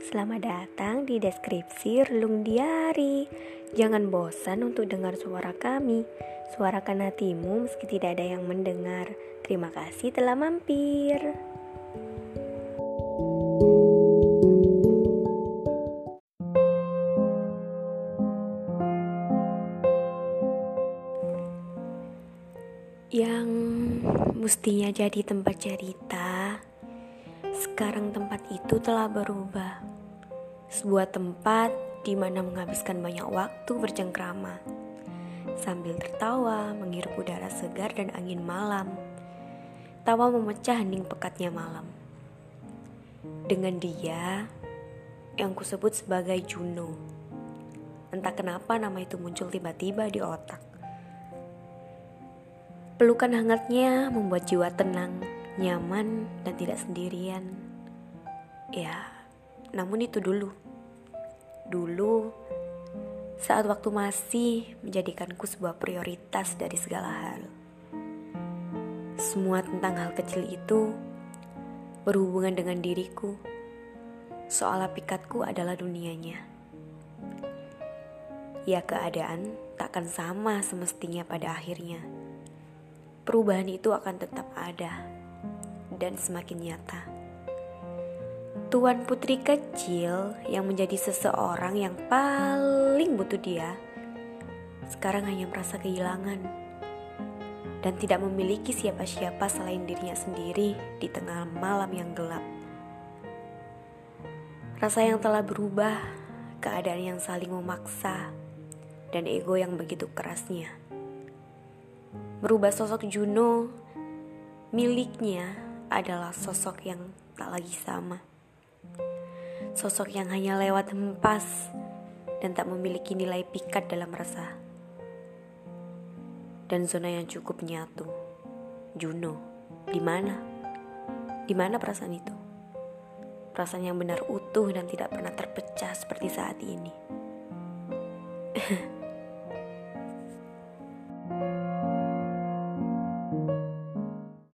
Selamat datang di deskripsi Relung Diari. Jangan bosan untuk dengar suara kami. Suarakan hatimu meski tidak ada yang mendengar. Terima kasih telah mampir. Yang mestinya jadi tempat cerita, sekarang tempat itu telah berubah. Sebuah tempat di mana menghabiskan banyak waktu bercengkrama, sambil tertawa, menghirup udara segar dan angin malam. Tawa memecah hening pekatnya malam. Dengan dia, yang kusebut sebagai Juno. Entah kenapa nama itu muncul tiba-tiba di otak. Pelukan hangatnya membuat jiwa tenang, nyaman, dan tidak sendirian. Ya, namun itu dulu. Dulu, saat waktu masih menjadikanku sebuah prioritas dari segala hal. Semua tentang hal kecil itu berhubungan dengan diriku. Soal pikatku adalah dunianya. Ya, keadaan takkan sama semestinya pada akhirnya. Perubahan itu akan tetap ada dan semakin nyata. Tuan putri kecil yang menjadi seseorang yang paling butuh dia, sekarang hanya merasa kehilangan dan tidak memiliki siapa-siapa selain dirinya sendiri di tengah malam yang gelap. Rasa yang telah berubah, keadaan yang saling memaksa, dan ego yang begitu kerasnya. Merubah sosok Juno, miliknya adalah sosok yang tak lagi sama. Sosok yang hanya lewat hempas dan tak memiliki nilai pikat dalam rasa. Dan zona yang cukup nyatu. Juno, di mana? Di mana perasaan itu? Perasaan yang benar utuh dan tidak pernah terpecah seperti saat ini.